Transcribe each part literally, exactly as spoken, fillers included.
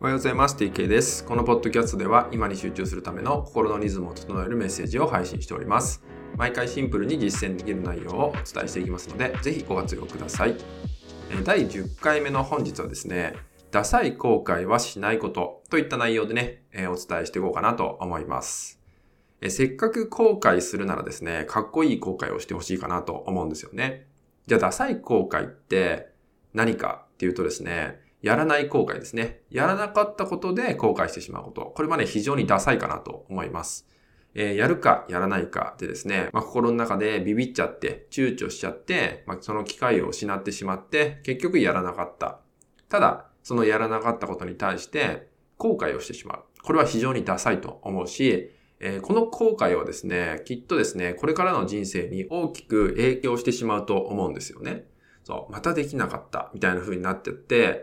おはようございます。ティーケー です。このポッドキャストでは今に集中するための心のリズムを整えるメッセージを配信しております。毎回シンプルに実践できる内容をお伝えしていきますので、ぜひご活用ください。だいじゅっかいめの本日はですね、ダサい後悔はしないことといった内容でね、お伝えしていこうかなと思います。せっかく後悔するならですね、かっこいい後悔をしてほしいかなと思うんですよね。じゃあダサい後悔って何かっていうとですね、やらない後悔ですね。やらなかったことで後悔してしまうこと。これはね、非常にダサいかなと思います。えー、やるかやらないかでですね、まあ、心の中でビビっちゃって、躊躇しちゃって、まあ、その機会を失ってしまって、結局やらなかった。ただ、そのやらなかったことに対して後悔をしてしまう。これは非常にダサいと思うし、えー、この後悔はですね、きっとですね、これからの人生に大きく影響してしまうと思うんですよね。そう、またできなかったみたいな風になってって、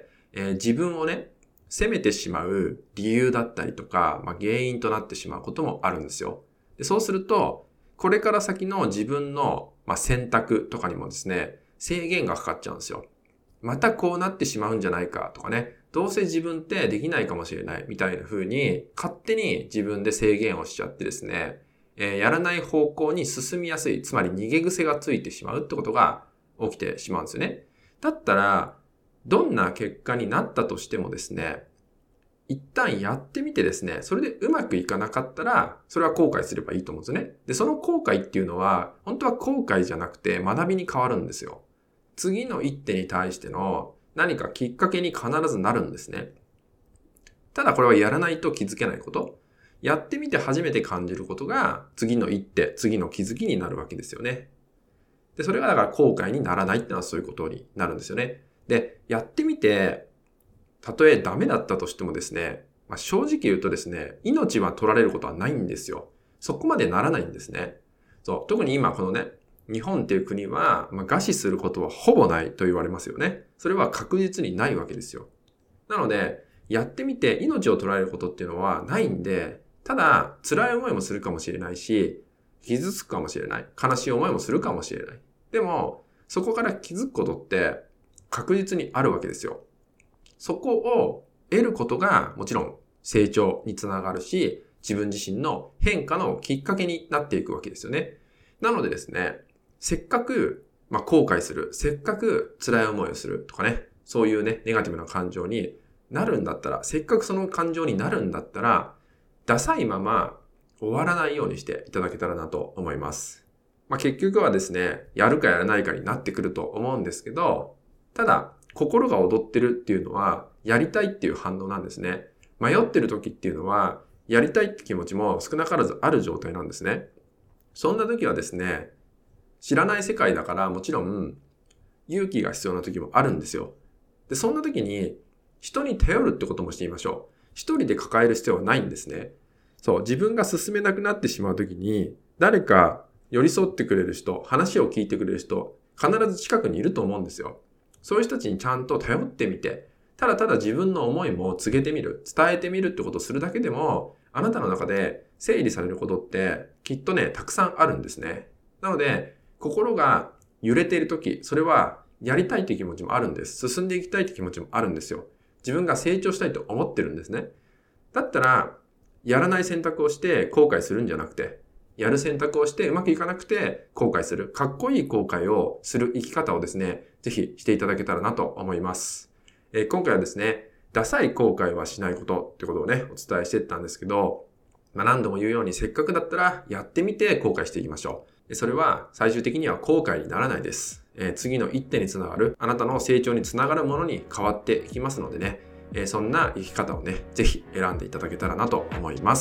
えー、自分をね、責めてしまう理由だったりとか、まあ、原因となってしまうこともあるんですよ。で、そうすると、これから先の自分の、まあ、選択とかにもですね、制限がかかっちゃうんですよ。またこうなってしまうんじゃないかとかね、どうせ自分ってできないかもしれないみたいな風に、勝手に自分で制限をしちゃってですね、えー、やらない方向に進みやすい、つまり逃げ癖がついてしまうってことが起きてしまうんですよね。だったら、どんな結果になったとしてもですね、一旦やってみてですね、それでうまくいかなかったら、それは後悔すればいいと思うんですよね。で、その後悔っていうのは、本当は後悔じゃなくて学びに変わるんですよ。次の一手に対しての何かきっかけに必ずなるんですね。ただこれはやらないと気づけないこと。やってみて初めて感じることが、次の一手、次の気づきになるわけですよね。で、それがだから後悔にならないっていうのはそういうことになるんですよね。で、やってみて、たとえダメだったとしてもですね、まあ、正直言うとですね、命は取られることはないんですよ。そこまでならないんですね。そう、特に今このね、日本っていう国は、まあ、餓死することはほぼないと言われますよね。それは確実にないわけですよ。なので、やってみて命を取られることっていうのはないんで、ただ辛い思いもするかもしれないし、傷つくかもしれない。悲しい思いもするかもしれない。でも、そこから気づくことって、確実にあるわけですよ。そこを得ることがもちろん成長につながるし、自分自身の変化のきっかけになっていくわけですよね。なのでですね、せっかく、まあ、後悔する、せっかく辛い思いをするとかね、そういうね、ネガティブな感情になるんだったら、せっかくその感情になるんだったら、ダサいまま終わらないようにしていただけたらなと思います。まあ、結局はですね、やるかやらないかになってくると思うんですけど、ただ、心が躍ってるっていうのは、やりたいっていう反応なんですね。迷ってる時っていうのは、やりたいって気持ちも少なからずある状態なんですね。そんな時はですね、知らない世界だからもちろん、勇気が必要な時もあるんですよ。で、そんな時に、人に頼るってこともしてみましょう。一人で抱える必要はないんですね。そう、自分が進めなくなってしまう時に、誰か寄り添ってくれる人、話を聞いてくれる人、必ず近くにいると思うんですよ。そういう人たちにちゃんと頼ってみて、ただただ自分の思いも告げてみる、伝えてみるってことをするだけでも、あなたの中で整理されることってきっとね、たくさんあるんですね。なので、心が揺れているとき、それはやりたいという気持ちもあるんです。進んでいきたいという気持ちもあるんですよ。自分が成長したいと思ってるんですね。だったら、やらない選択をして後悔するんじゃなくて、やる選択をしてうまくいかなくて後悔する。かっこいい後悔をする生き方をですね、ぜひしていただけたらなと思います。えー、今回はですね、ダサい後悔はしないことってことをね、お伝えしていったんですけど、まあ、何度も言うようにせっかくだったらやってみて後悔していきましょう。それは最終的には後悔にならないです。えー、次の一手につながる、あなたの成長につながるものに変わっていきますのでね、えー、そんな生き方をね、ぜひ選んでいただけたらなと思います。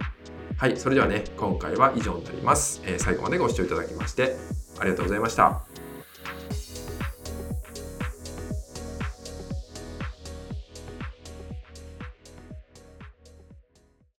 はい、それではね、今回は以上になります。えー、最後までご視聴いただきましてありがとうございました。